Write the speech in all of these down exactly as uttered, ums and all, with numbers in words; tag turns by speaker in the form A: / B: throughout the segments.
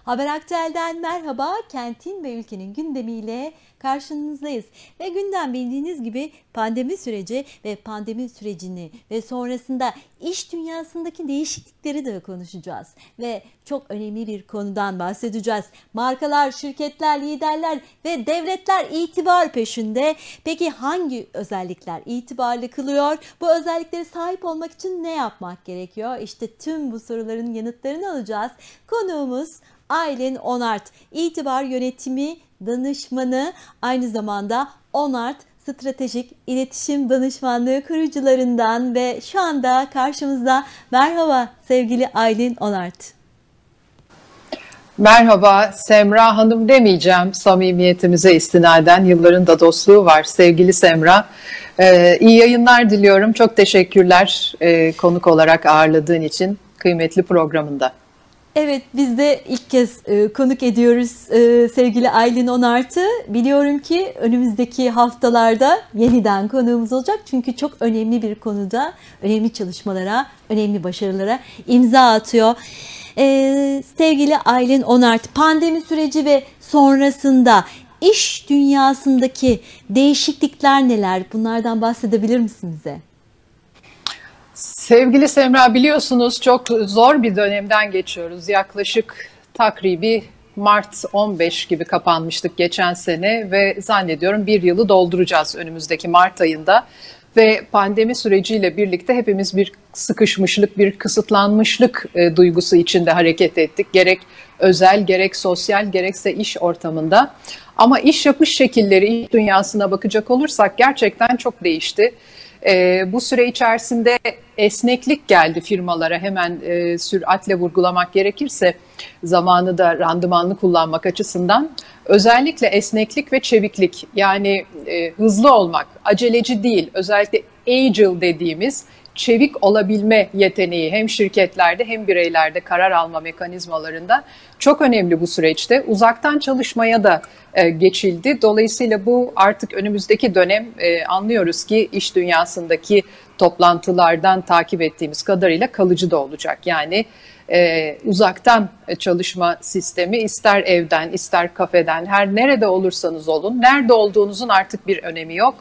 A: Haber Aktel'den merhaba. Kentin ve ülkenin gündemiyle karşınızdayız. Ve gündem bildiğiniz gibi pandemi süreci ve pandemi sürecini ve sonrasında iş dünyasındaki değişiklikleri de konuşacağız. Ve çok önemli bir konudan bahsedeceğiz. Markalar, şirketler, liderler ve devletler itibar peşinde. Peki hangi özellikler itibarlı kılıyor? Bu özelliklere sahip olmak için ne yapmak gerekiyor? İşte tüm bu soruların yanıtlarını alacağız. Konuğumuz Aylin Onart, itibar yönetimi danışmanı, aynı zamanda Onart Stratejik İletişim Danışmanlığı kurucularından ve şu anda karşımızda. Merhaba sevgili Aylin Onart.
B: Merhaba, Semra Hanım demeyeceğim, samimiyetimize istinaden yılların da dostluğu var sevgili Semra. Ee, iyi yayınlar diliyorum, çok teşekkürler e, konuk olarak ağırladığın için kıymetli programında.
A: Evet, biz de ilk kez e, konuk ediyoruz e, sevgili Aylin Onart'ı. Biliyorum ki önümüzdeki haftalarda yeniden konuğumuz olacak. Çünkü çok önemli bir konuda önemli çalışmalara, önemli başarılara imza atıyor. E, sevgili Aylin Onart, pandemi süreci ve sonrasında iş dünyasındaki değişiklikler neler? Bunlardan bahsedebilir misiniz bize?
B: Sevgili Semra, biliyorsunuz çok zor bir dönemden geçiyoruz. Yaklaşık takribi Mart on beş gibi kapanmıştık geçen sene ve zannediyorum bir yılı dolduracağız önümüzdeki Mart ayında. Ve pandemi süreciyle birlikte hepimiz bir sıkışmışlık, bir kısıtlanmışlık e, duygusu içinde hareket ettik. Gerek özel, gerek sosyal, gerekse iş ortamında. Ama iş yapış şekilleri, iş dünyasına bakacak olursak gerçekten çok değişti. E, bu süre içerisinde esneklik geldi firmalara, hemen e, süratle vurgulamak gerekirse zamanı da randımanlı kullanmak açısından. Özellikle esneklik ve çeviklik, yani e, hızlı olmak, aceleci değil, özellikle agile dediğimiz çevik olabilme yeteneği hem şirketlerde hem bireylerde karar alma mekanizmalarında çok önemli bu süreçte. Uzaktan çalışmaya da e, geçildi. Dolayısıyla bu artık önümüzdeki dönem e, anlıyoruz ki iş dünyasındaki toplantılardan takip ettiğimiz kadarıyla kalıcı da olacak. Yani e, uzaktan çalışma sistemi ister evden ister kafeden her nerede olursanız olun, nerede olduğunuzun artık bir önemi yok.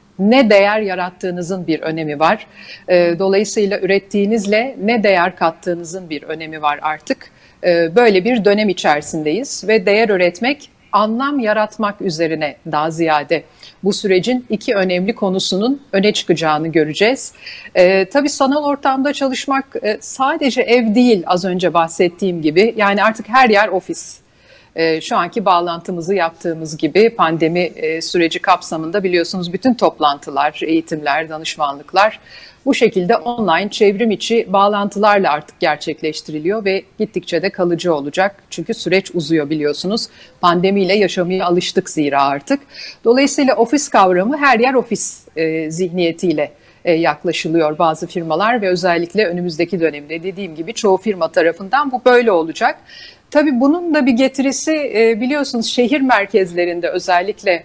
B: Ne değer yarattığınızın bir önemi var. Dolayısıyla ürettiğinizle ne değer kattığınızın bir önemi var artık. Böyle bir dönem içerisindeyiz ve değer üretmek, anlam yaratmak üzerine daha ziyade bu sürecin iki önemli konusunun öne çıkacağını göreceğiz. Ee, tabii sanal ortamda çalışmak e, sadece ev değil, az önce bahsettiğim gibi. Yani artık her yer ofis. Şu anki bağlantımızı yaptığımız gibi pandemi süreci kapsamında biliyorsunuz bütün toplantılar, eğitimler, danışmanlıklar bu şekilde online çevrim içi bağlantılarla artık gerçekleştiriliyor ve gittikçe de kalıcı olacak. Çünkü süreç uzuyor biliyorsunuz. Pandemiyle yaşamaya alıştık zira artık. Dolayısıyla ofis kavramı her yer ofis e, zihniyetiyle e, yaklaşılıyor bazı firmalar ve özellikle önümüzdeki dönemde dediğim gibi çoğu firma tarafından bu böyle olacak. Tabii bunun da bir getirisi biliyorsunuz şehir merkezlerinde özellikle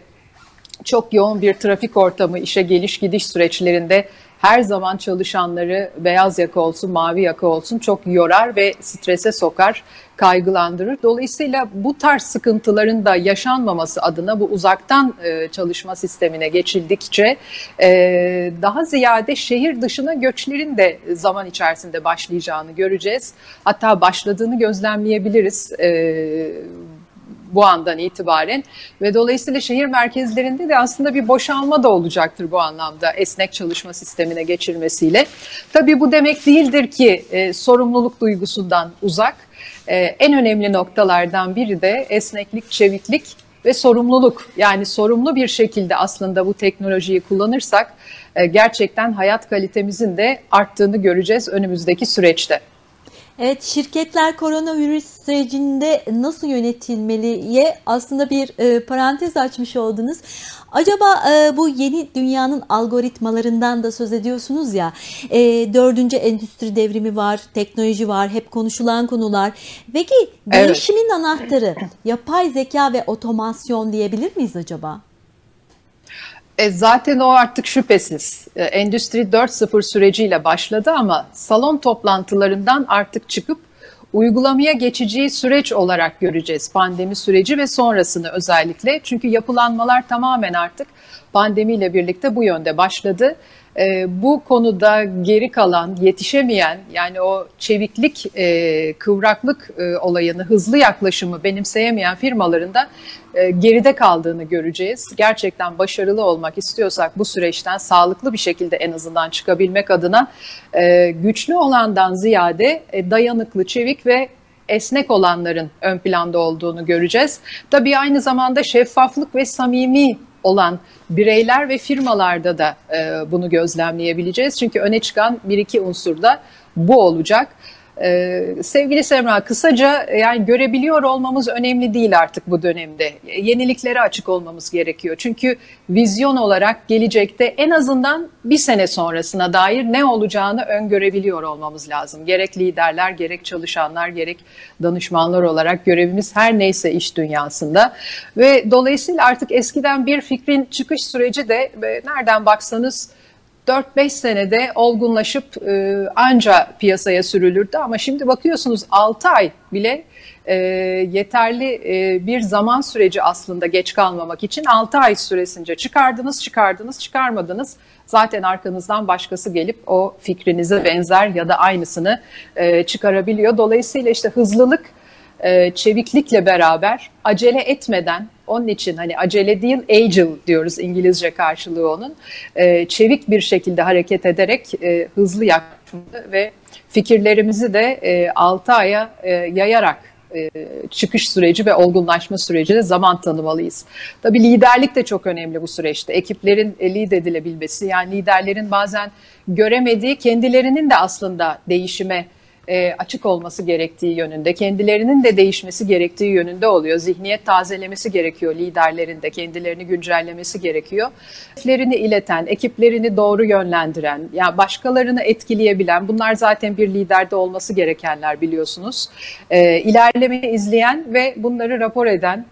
B: çok yoğun bir trafik ortamı, işe geliş gidiş süreçlerinde her zaman çalışanları beyaz yaka olsun, mavi yaka olsun çok yorar ve strese sokar, kaygılandırır. Dolayısıyla bu tarz sıkıntıların da yaşanmaması adına bu uzaktan çalışma sistemine geçildikçe daha ziyade şehir dışına göçlerin de zaman içerisinde başlayacağını göreceğiz. Hatta başladığını gözlemleyebiliriz bu andan itibaren ve dolayısıyla şehir merkezlerinde de aslında bir boşalma da olacaktır bu anlamda esnek çalışma sistemine geçirmesiyle. Tabii bu demek değildir ki e, sorumluluk duygusundan uzak. E, en önemli noktalardan biri de esneklik, çeviklik ve sorumluluk. Yani sorumlu bir şekilde aslında bu teknolojiyi kullanırsak e, gerçekten hayat kalitemizin de arttığını göreceğiz önümüzdeki süreçte.
A: Evet, şirketler koronavirüs sürecinde nasıl yönetilmeliye aslında bir e, parantez açmış oldunuz. Acaba e, bu yeni dünyanın algoritmalarından da söz ediyorsunuz ya, e, dördüncü endüstri devrimi var, teknoloji var, hep konuşulan konular. Peki değişimin evet. anahtarı yapay zeka ve otomasyon diyebilir miyiz acaba?
B: E zaten o artık şüphesiz e, Endüstri dört nokta sıfır süreciyle başladı ama salon toplantılarından artık çıkıp uygulamaya geçeceği süreç olarak göreceğiz pandemi süreci ve sonrasını özellikle. Çünkü yapılanmalar tamamen artık pandemiyle birlikte bu yönde başladı. E, bu konuda geri kalan, yetişemeyen, yani o çeviklik, e, kıvraklık e, olayını, hızlı yaklaşımı benimseyemeyen firmaların da e, geride kaldığını göreceğiz. Gerçekten başarılı olmak istiyorsak bu süreçten sağlıklı bir şekilde en azından çıkabilmek adına e, güçlü olandan ziyade e, dayanıklı, çevik ve esnek olanların ön planda olduğunu göreceğiz. Tabii aynı zamanda şeffaflık ve samimi olan bireyler ve firmalarda da e, bunu gözlemleyebileceğiz. Çünkü öne çıkan bir iki unsur da bu olacak. Ee, sevgili Semra, kısaca yani görebiliyor olmamız önemli değil artık bu dönemde. Yeniliklere açık olmamız gerekiyor. Çünkü vizyon olarak gelecekte en azından bir sene sonrasına dair ne olacağını öngörebiliyor olmamız lazım. Gerek liderler, gerek çalışanlar, gerek danışmanlar olarak görevimiz her neyse iş dünyasında. Ve dolayısıyla artık eskiden bir fikrin çıkış süreci de nereden baksanız dört beş senede olgunlaşıp e, anca piyasaya sürülürdü ama şimdi bakıyorsunuz altı ay bile e, yeterli e, bir zaman süreci aslında geç kalmamak için. Altı ay süresince çıkardınız, çıkardınız, çıkarmadınız. Zaten arkanızdan başkası gelip o fikrinize benzer ya da aynısını e, çıkarabiliyor. Dolayısıyla işte hızlılık, e, çeviklikle beraber acele etmeden, onun için hani acele değil, agile diyoruz İngilizce karşılığı onun. Ee, çevik bir şekilde hareket ederek e, hızlı yaklaşımı ve fikirlerimizi de e, altı aya e, yayarak e, çıkış süreci ve olgunlaşma sürecine zaman tanımalıyız. Tabii liderlik de çok önemli bu süreçte. Ekiplerin e, lead edilebilmesi, yani liderlerin bazen göremediği, kendilerinin de aslında değişime E, açık olması gerektiği yönünde, kendilerinin de değişmesi gerektiği yönünde oluyor. Zihniyet tazelemesi gerekiyor liderlerin de, kendilerini güncellemesi gerekiyor. Hedeflerini ileten, ekiplerini doğru yönlendiren, yani başkalarını etkileyebilen, bunlar zaten bir liderde olması gerekenler biliyorsunuz. E, ilerlemeyi izleyen ve bunları rapor eden,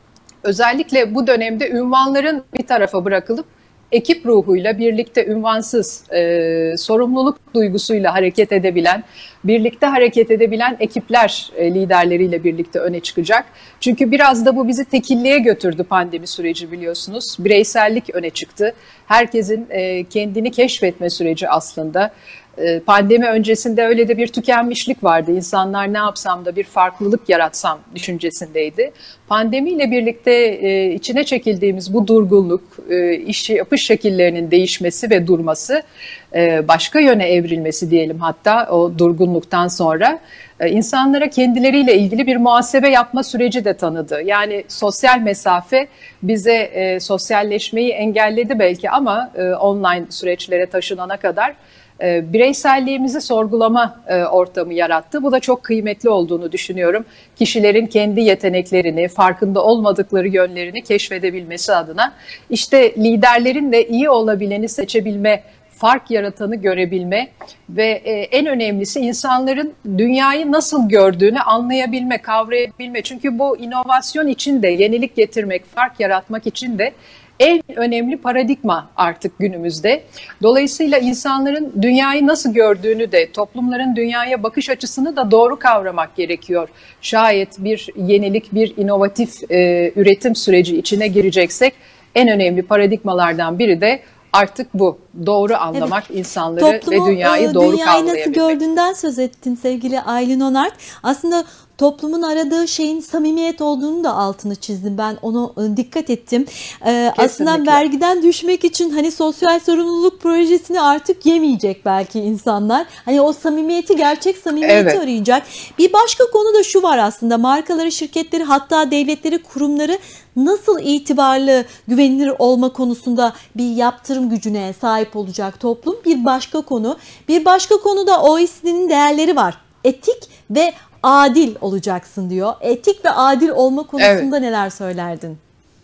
B: özellikle bu dönemde ünvanların bir tarafa bırakılıp ekip ruhuyla birlikte ünvansız, e, sorumluluk duygusuyla hareket edebilen, birlikte hareket edebilen ekipler e, liderleriyle birlikte öne çıkacak. Çünkü biraz da bu bizi tekilliğe götürdü pandemi süreci biliyorsunuz. Bireysellik öne çıktı. Herkesin e, kendini keşfetme süreci aslında. Pandemi öncesinde öyle de bir tükenmişlik vardı. İnsanlar ne yapsam da bir farklılık yaratsam düşüncesindeydi. Pandemiyle birlikte e, içine çekildiğimiz bu durgunluk, e, iş yapış şekillerinin değişmesi ve durması, e, başka yöne evrilmesi diyelim hatta o durgunluktan sonra e, insanlara kendileriyle ilgili bir muhasebe yapma süreci de tanıdı. Yani sosyal mesafe bize e, sosyalleşmeyi engelledi belki ama e, online süreçlere taşınana kadar bireyselliğimizi sorgulama ortamı yarattı. Bu da çok kıymetli olduğunu düşünüyorum. Kişilerin kendi yeteneklerini, farkında olmadıkları yönlerini keşfedebilmesi adına. İşte liderlerin de iyi olabileni seçebilme, fark yaratanı görebilme ve en önemlisi insanların dünyayı nasıl gördüğünü anlayabilme, kavrayabilme. Çünkü bu inovasyon için de, yenilik getirmek, fark yaratmak için de en önemli paradigma artık günümüzde. Dolayısıyla insanların dünyayı nasıl gördüğünü de, toplumların dünyaya bakış açısını da doğru kavramak gerekiyor. Şayet bir yenilik, bir inovatif e, üretim süreci içine gireceksek en önemli paradigmalardan biri de artık bu. Doğru anlamak, evet, insanları Toplumu, ve dünyayı doğru
A: dünyayı
B: kavrayabilmek.
A: Dünyayı nasıl gördüğünden söz ettin sevgili Aylin Onart. Aslında toplumun aradığı şeyin samimiyet olduğunu da altını çizdim. Ben onu dikkat ettim. Ee, aslında vergiden düşmek için hani sosyal sorumluluk projesini artık yemeyecek belki insanlar. Hani o samimiyeti, gerçek samimiyeti evet. arayacak. Bir başka konu da şu var aslında. Markaları, şirketleri, hatta devletleri, kurumları nasıl itibarlı, güvenilir olma konusunda bir yaptırım gücüne sahip olacak toplum. Bir başka konu. Bir başka konu da O E C D'nin değerleri var. Etik ve adil olacaksın diyor. Etik ve adil olma konusunda evet. neler söylerdin?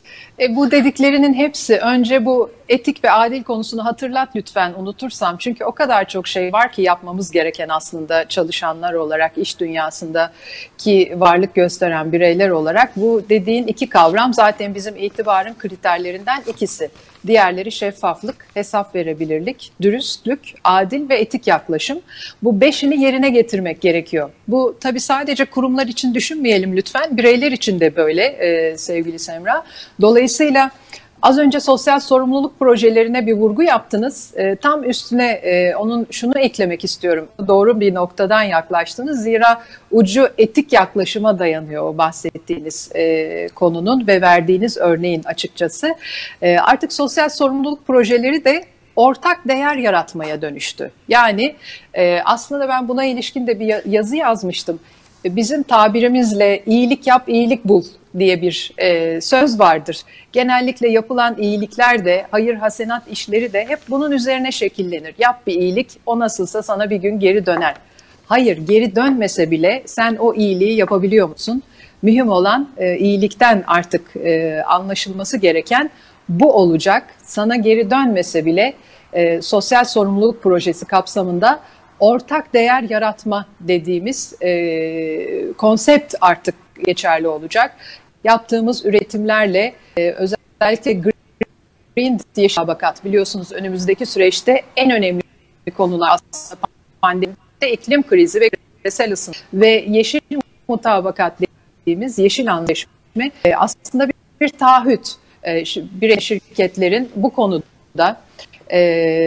B: E, bu dediklerinin hepsi, önce bu etik ve adil konusunu hatırlat lütfen, unutursam. Çünkü o kadar çok şey var ki yapmamız gereken, aslında çalışanlar olarak, iş dünyasındaki varlık gösteren bireyler olarak. Bu dediğin iki kavram zaten bizim itibarın kriterlerinden ikisi. Diğerleri şeffaflık, hesap verebilirlik, dürüstlük, adil ve etik yaklaşım. Bu beşini yerine getirmek gerekiyor. Bu tabii sadece kurumlar için düşünmeyelim lütfen. Bireyler için de böyle e, sevgili Semra. Dolayısıyla az önce sosyal sorumluluk projelerine bir vurgu yaptınız. E, tam üstüne e, onun şunu eklemek istiyorum. Doğru bir noktadan yaklaştınız. Zira ucu etik yaklaşıma dayanıyor o bahsettiğiniz e, konunun ve verdiğiniz örneğin açıkçası. E, artık sosyal sorumluluk projeleri de ortak değer yaratmaya dönüştü. Yani e, aslında ben buna ilişkin de bir yazı yazmıştım. Bizim tabirimizle iyilik yap, iyilik bul diye bir e, söz vardır. Genellikle yapılan iyilikler de, hayır hasenat işleri de hep bunun üzerine şekillenir. Yap bir iyilik, o nasılsa sana bir gün geri döner. Hayır, geri dönmese bile sen o iyiliği yapabiliyor musun? Mühim olan e, iyilikten artık e, anlaşılması gereken bu olacak. Sana geri dönmese bile e, sosyal sorumluluk projesi kapsamında ortak değer yaratma dediğimiz e, konsept artık geçerli olacak. Yaptığımız üretimlerle e, özellikle Green Yeşil Mutabakat, biliyorsunuz önümüzdeki süreçte en önemli konular aslında pandemide iklim krizi ve küresel ısınma ve yeşil mutabakat dediğimiz yeşil anlaşma e, aslında bir, bir taahhüt. E, birey şirketlerin bu konuda e,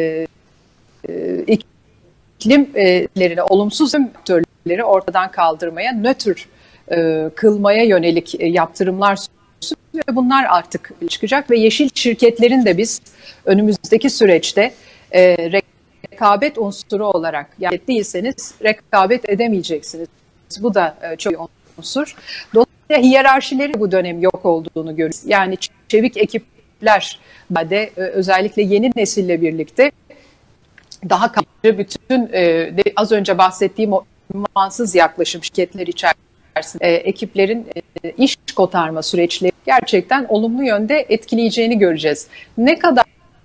B: e, iklimlerini, olumsuz faktörleri ortadan kaldırmaya, nötr e, kılmaya yönelik e, yaptırımlar sunuyor ve bunlar artık çıkacak ve yeşil şirketlerin de biz önümüzdeki süreçte e, rekabet unsuru olarak, yani değilseniz rekabet edemeyeceksiniz. Bu da e, çok bir unsur. Dolayısıyla hiyerarşileri bu dönem yok olduğunu görüyoruz. Yani çevik ekipler de e, özellikle yeni nesille birlikte daha kalıcı bütün e, de, az önce bahsettiğim o ünvansız yaklaşım şirketler içerisinde e, ekiplerin e, iş kotarma süreçleri gerçekten olumlu yönde etkileyeceğini göreceğiz. Ne kadar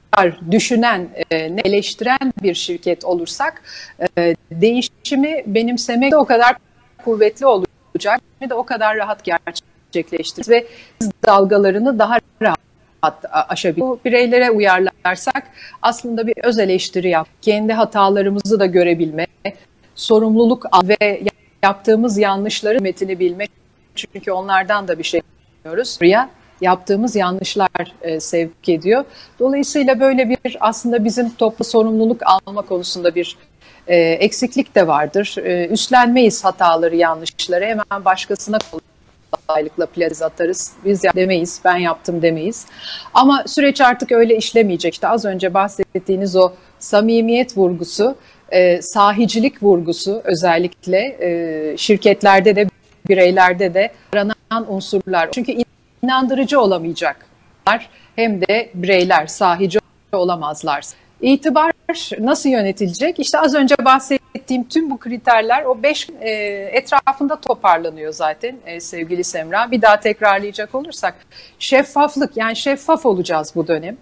B: düşünen, e, eleştiren bir şirket olursak e, değişimi benimsemek de o kadar kuvvetli olacak ve de o kadar rahat gerçekleştirir ve dalgalarını daha rahat aşabilir. Bu bireylere uyarlarsak aslında bir öz eleştiri yap, kendi hatalarımızı da görebilme, sorumluluk ve yaptığımız yanlışların kıymetini bilme, çünkü onlardan da bir şey yapıyoruz. Buraya yaptığımız yanlışlar e, sevk ediyor. Dolayısıyla böyle bir aslında bizim toplu sorumluluk alma konusunda bir e, eksiklik de vardır. E, üstlenmeyiz hataları, yanlışları, hemen başkasına kolaylıkla platiz atarız. Biz demeyiz, ben yaptım demeyiz. Ama süreç artık öyle işlemeyecek. İşte az önce bahsettiğiniz o samimiyet vurgusu, e, sahicilik vurgusu özellikle e, şirketlerde de bireylerde de aranan unsurlar. Çünkü inandırıcı olamayacaklar, hem de bireyler sahici olamazlar. İtibar nasıl yönetilecek? İşte az önce bahsettiğim tüm bu kriterler o beş e, etrafında toparlanıyor zaten e, sevgili Semra. Bir daha tekrarlayacak olursak şeffaflık, yani şeffaf olacağız bu dönem.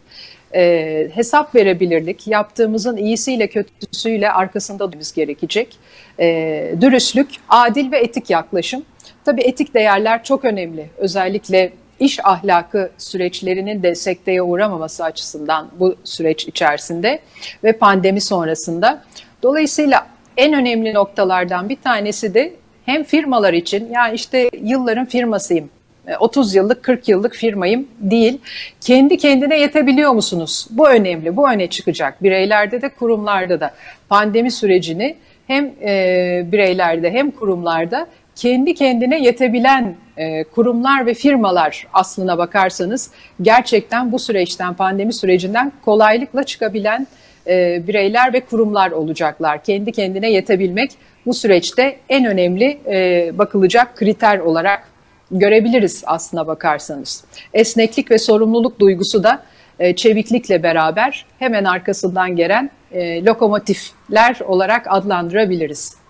B: E, hesap verebilirlik, yaptığımızın iyisiyle kötüsüyle arkasında durmamız gerekecek. E, dürüstlük, adil ve etik yaklaşım. Tabii etik değerler çok önemli. Özellikle iş ahlakı süreçlerinin de sekteye uğramaması açısından bu süreç içerisinde ve pandemi sonrasında. Dolayısıyla en önemli noktalardan bir tanesi de hem firmalar için, yani işte yılların firmasıyım, otuz yıllık, kırk yıllık firmayım değil, kendi kendine yetebiliyor musunuz? Bu önemli, bu öne çıkacak. Bireylerde de kurumlarda da pandemi sürecini hem e, bireylerde hem kurumlarda kendi kendine yetebilen e, kurumlar ve firmalar, aslına bakarsanız gerçekten bu süreçten, pandemi sürecinden kolaylıkla çıkabilen e, bireyler ve kurumlar olacaklar. Kendi kendine yetebilmek bu süreçte en önemli e, bakılacak kriter olarak görebiliriz aslına bakarsanız. Esneklik ve sorumluluk duygusu da e, çeviklikle beraber hemen arkasından gelen e, lokomotifler olarak adlandırabiliriz.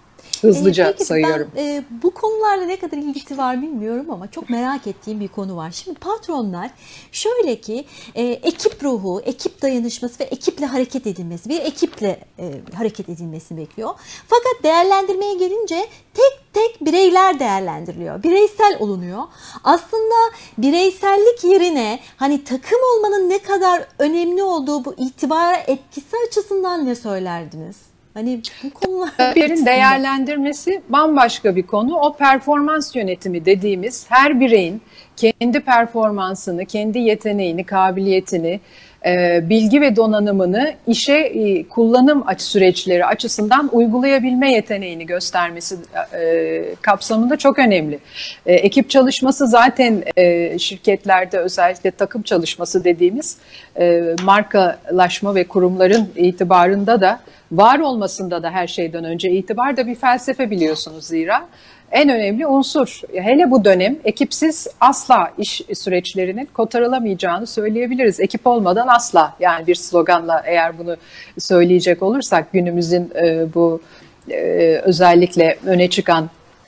B: Hızlıca
A: Ee, peki
B: sayıyorum.
A: ben e, bu konularla ne kadar ilgisi var bilmiyorum ama çok merak ettiğim bir konu var. Şimdi patronlar şöyle ki e, ekip ruhu, ekip dayanışması ve ekiple hareket edilmesi, bir ekiple e, hareket edilmesini bekliyor. Fakat değerlendirmeye gelince tek tek bireyler değerlendiriliyor. Bireysel olunuyor. Aslında bireysellik yerine hani takım olmanın ne kadar önemli olduğu bu itibar etkisi açısından ne söylerdiniz? Hani bu konular
B: Birinin değerlendirmesi bambaşka bir konu. O performans yönetimi dediğimiz her bireyin kendi performansını, kendi yeteneğini, kabiliyetini, e, bilgi ve donanımını işe e, kullanım aç süreçleri açısından uygulayabilme yeteneğini göstermesi e, kapsamında çok önemli. E, ekip çalışması zaten e, şirketlerde özellikle takım çalışması dediğimiz e, markalaşma ve kurumların itibarında da var olmasında da her şeyden önce itibar da bir felsefe biliyorsunuz zira. En önemli unsur. Hele bu dönem ekipsiz asla iş süreçlerinin kotarılamayacağını söyleyebiliriz. Ekip olmadan asla, yani bir sloganla eğer bunu söyleyecek olursak günümüzün e, bu e, özellikle öne çıkan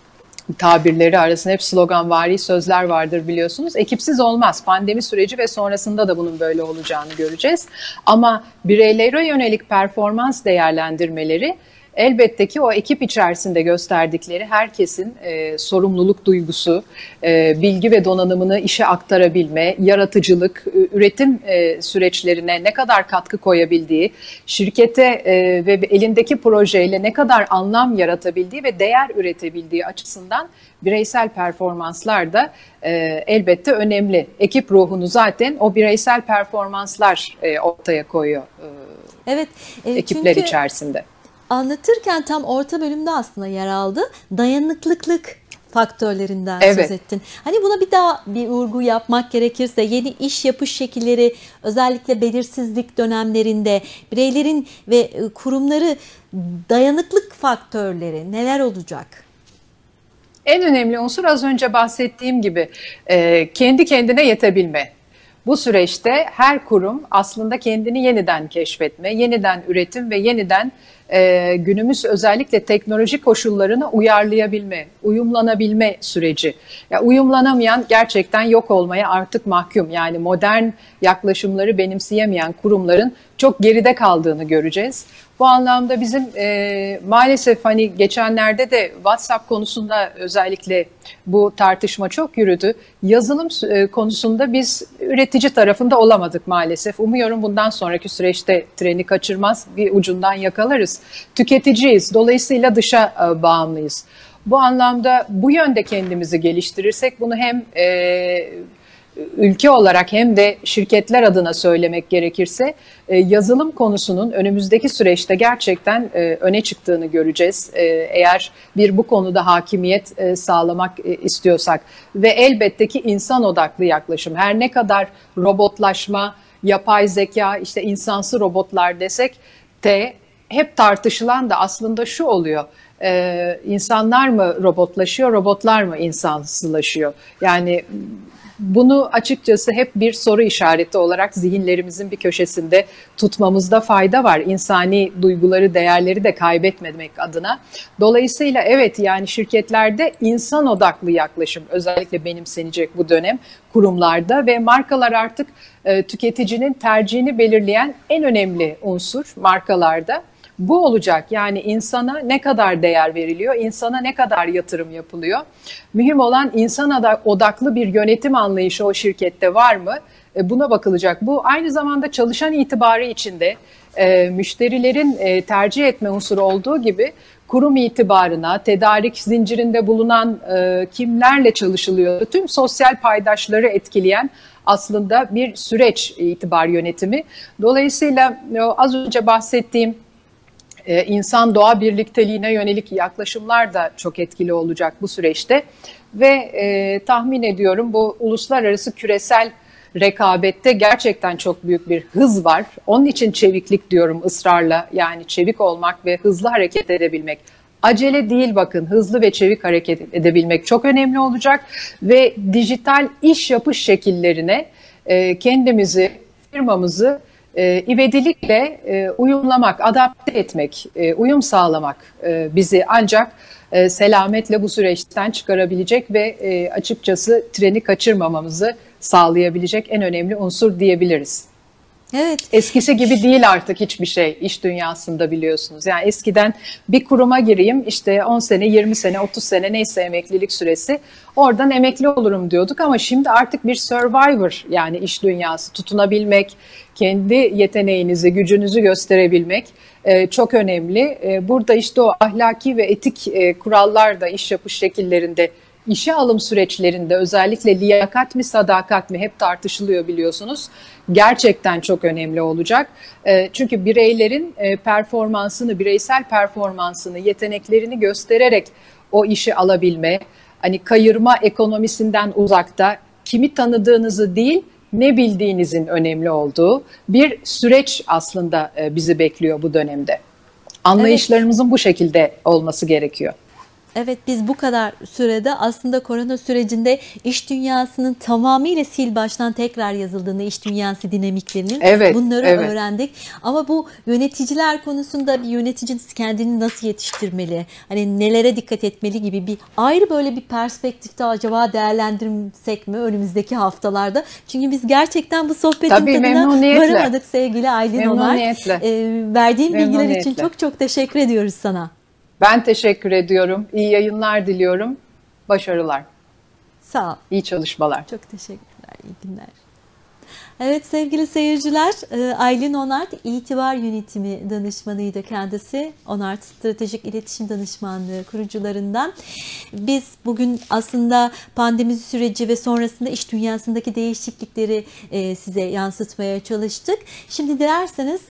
B: tabirleri arasında hep sloganvari sözler vardır biliyorsunuz. Ekipsiz olmaz. Pandemi süreci ve sonrasında da bunun böyle olacağını göreceğiz. Ama bireylere yönelik performans değerlendirmeleri elbette ki o ekip içerisinde gösterdikleri herkesin e, sorumluluk duygusu, e, bilgi ve donanımını işe aktarabilme, yaratıcılık, üretim e, süreçlerine ne kadar katkı koyabildiği, şirkete e, ve elindeki projeyle ne kadar anlam yaratabildiği ve değer üretebildiği açısından bireysel performanslar da e, elbette önemli. Ekip ruhunu zaten o bireysel performanslar e, ortaya koyuyor e,
A: evet, e,
B: ekipler
A: çünkü
B: içerisinde.
A: Anlatırken tam orta bölümde aslında yer aldı. Dayanıklılık faktörlerinden
B: Evet.
A: söz ettin. Hani buna bir daha bir vurgu yapmak gerekirse yeni iş yapış şekilleri özellikle belirsizlik dönemlerinde bireylerin ve kurumları dayanıklık faktörleri neler olacak?
B: En önemli unsur az önce bahsettiğim gibi e, kendi kendine yetebilme. Bu süreçte her kurum aslında kendini yeniden keşfetme, yeniden üretim ve yeniden e, günümüz özellikle teknoloji koşullarına uyarlayabilme, uyumlanabilme süreci. Ya, uyumlanamayan gerçekten yok olmaya artık mahkum. Yani modern yaklaşımları benimseyemeyen kurumların çok geride kaldığını göreceğiz. Bu anlamda bizim e, maalesef hani geçenlerde de WhatsApp konusunda özellikle bu tartışma çok yürüdü. Yazılım e, konusunda biz üretici tarafında olamadık maalesef. Umuyorum bundan sonraki süreçte treni kaçırmaz, bir ucundan yakalarız. Tüketiciyiz, dolayısıyla dışa e, bağımlıyız. Bu anlamda bu yönde kendimizi geliştirirsek bunu hem e, ülke olarak hem de şirketler adına söylemek gerekirse e, yazılım konusunun önümüzdeki süreçte gerçekten e, öne çıktığını göreceğiz. E, eğer bir bu konuda hakimiyet e, sağlamak e, istiyorsak ve elbette ki insan odaklı yaklaşım. Her ne kadar robotlaşma, yapay zeka, işte insansı robotlar desek de hep tartışılan da aslında şu oluyor. Ee, insanlar mı robotlaşıyor, robotlar mı insansılaşıyor? Yani bunu açıkçası hep bir soru işareti olarak zihinlerimizin bir köşesinde tutmamızda fayda var. İnsani duyguları, değerleri de kaybetmemek adına. Dolayısıyla evet, yani şirketlerde insan odaklı yaklaşım özellikle benimsenecek bu dönem kurumlarda ve markalar artık e, tüketicinin tercihini belirleyen en önemli unsur markalarda. Bu olacak, yani insana ne kadar değer veriliyor, insana ne kadar yatırım yapılıyor. Mühim olan insan odaklı bir yönetim anlayışı o şirkette var mı? Buna bakılacak. Bu aynı zamanda çalışan itibarı içinde e, müşterilerin e, tercih etme unsuru olduğu gibi kurum itibarına, tedarik zincirinde bulunan e, kimlerle çalışılıyor, tüm sosyal paydaşları etkileyen aslında bir süreç itibar yönetimi. Dolayısıyla az önce bahsettiğim Ee, insan doğa birlikteliğine yönelik yaklaşımlar da çok etkili olacak bu süreçte ve e, tahmin ediyorum bu uluslararası küresel rekabette gerçekten çok büyük bir hız var. Onun için çeviklik diyorum ısrarla, yani çevik olmak ve hızlı hareket edebilmek. Acele değil, bakın, hızlı ve çevik hareket edebilmek çok önemli olacak ve dijital iş yapış şekillerine e, kendimizi, firmamızı e, ivedilikle e, uyumlamak, adapte etmek, e, uyum sağlamak e, bizi ancak e, selametle bu süreçten çıkarabilecek ve e, açıkçası treni kaçırmamamızı sağlayabilecek en önemli unsur diyebiliriz.
A: Evet.
B: Eskisi gibi değil artık hiçbir şey iş dünyasında, biliyorsunuz. Yani eskiden bir kuruma gireyim, işte on sene, yirmi sene, otuz sene neyse emeklilik süresi, oradan emekli olurum diyorduk ama şimdi artık bir survivor, yani iş dünyası, tutunabilmek, kendi yeteneğinizi, gücünüzü gösterebilmek e, çok önemli. E, burada işte o ahlaki ve etik e, kurallar da iş yapış şekillerinde, İşe alım süreçlerinde özellikle liyakat mi sadakat mi hep tartışılıyor, biliyorsunuz. Gerçekten çok önemli olacak. Çünkü bireylerin performansını, bireysel performansını, yeteneklerini göstererek o işi alabilme, hani kayırma ekonomisinden uzakta, kimi tanıdığınızı değil, ne bildiğinizin önemli olduğu bir süreç aslında bizi bekliyor bu dönemde. Anlayışlarımızın bu şekilde olması gerekiyor.
A: Evet, biz bu kadar sürede aslında korona sürecinde iş dünyasının tamamıyla sil baştan tekrar yazıldığını, iş dünyası dinamiklerinin
B: Evet,
A: bunları
B: evet.
A: öğrendik. Ama bu yöneticiler konusunda bir yönetici kendini nasıl yetiştirmeli, hani nelere dikkat etmeli gibi bir ayrı böyle bir perspektifte acaba değerlendirsek mi önümüzdeki haftalarda? Çünkü biz gerçekten bu sohbetin
B: Tabii,
A: tadına
B: memnuniyetle.
A: varamadık sevgili Aylin Onar.
B: Memnuniyetle.
A: Ee, verdiğin bilgiler için
B: Memnuniyetle.
A: çok çok teşekkür ediyoruz sana.
B: Ben teşekkür ediyorum. İyi yayınlar diliyorum. Başarılar.
A: Sağ ol.
B: İyi çalışmalar.
A: Çok teşekkürler. İyi günler. Evet sevgili seyirciler, Aylin Onart itibar yönetimi danışmanıydı kendisi. Onart Stratejik İletişim Danışmanlığı kurucularından. Biz bugün aslında pandemi süreci ve sonrasında iş dünyasındaki değişiklikleri size yansıtmaya çalıştık. Şimdi dilerseniz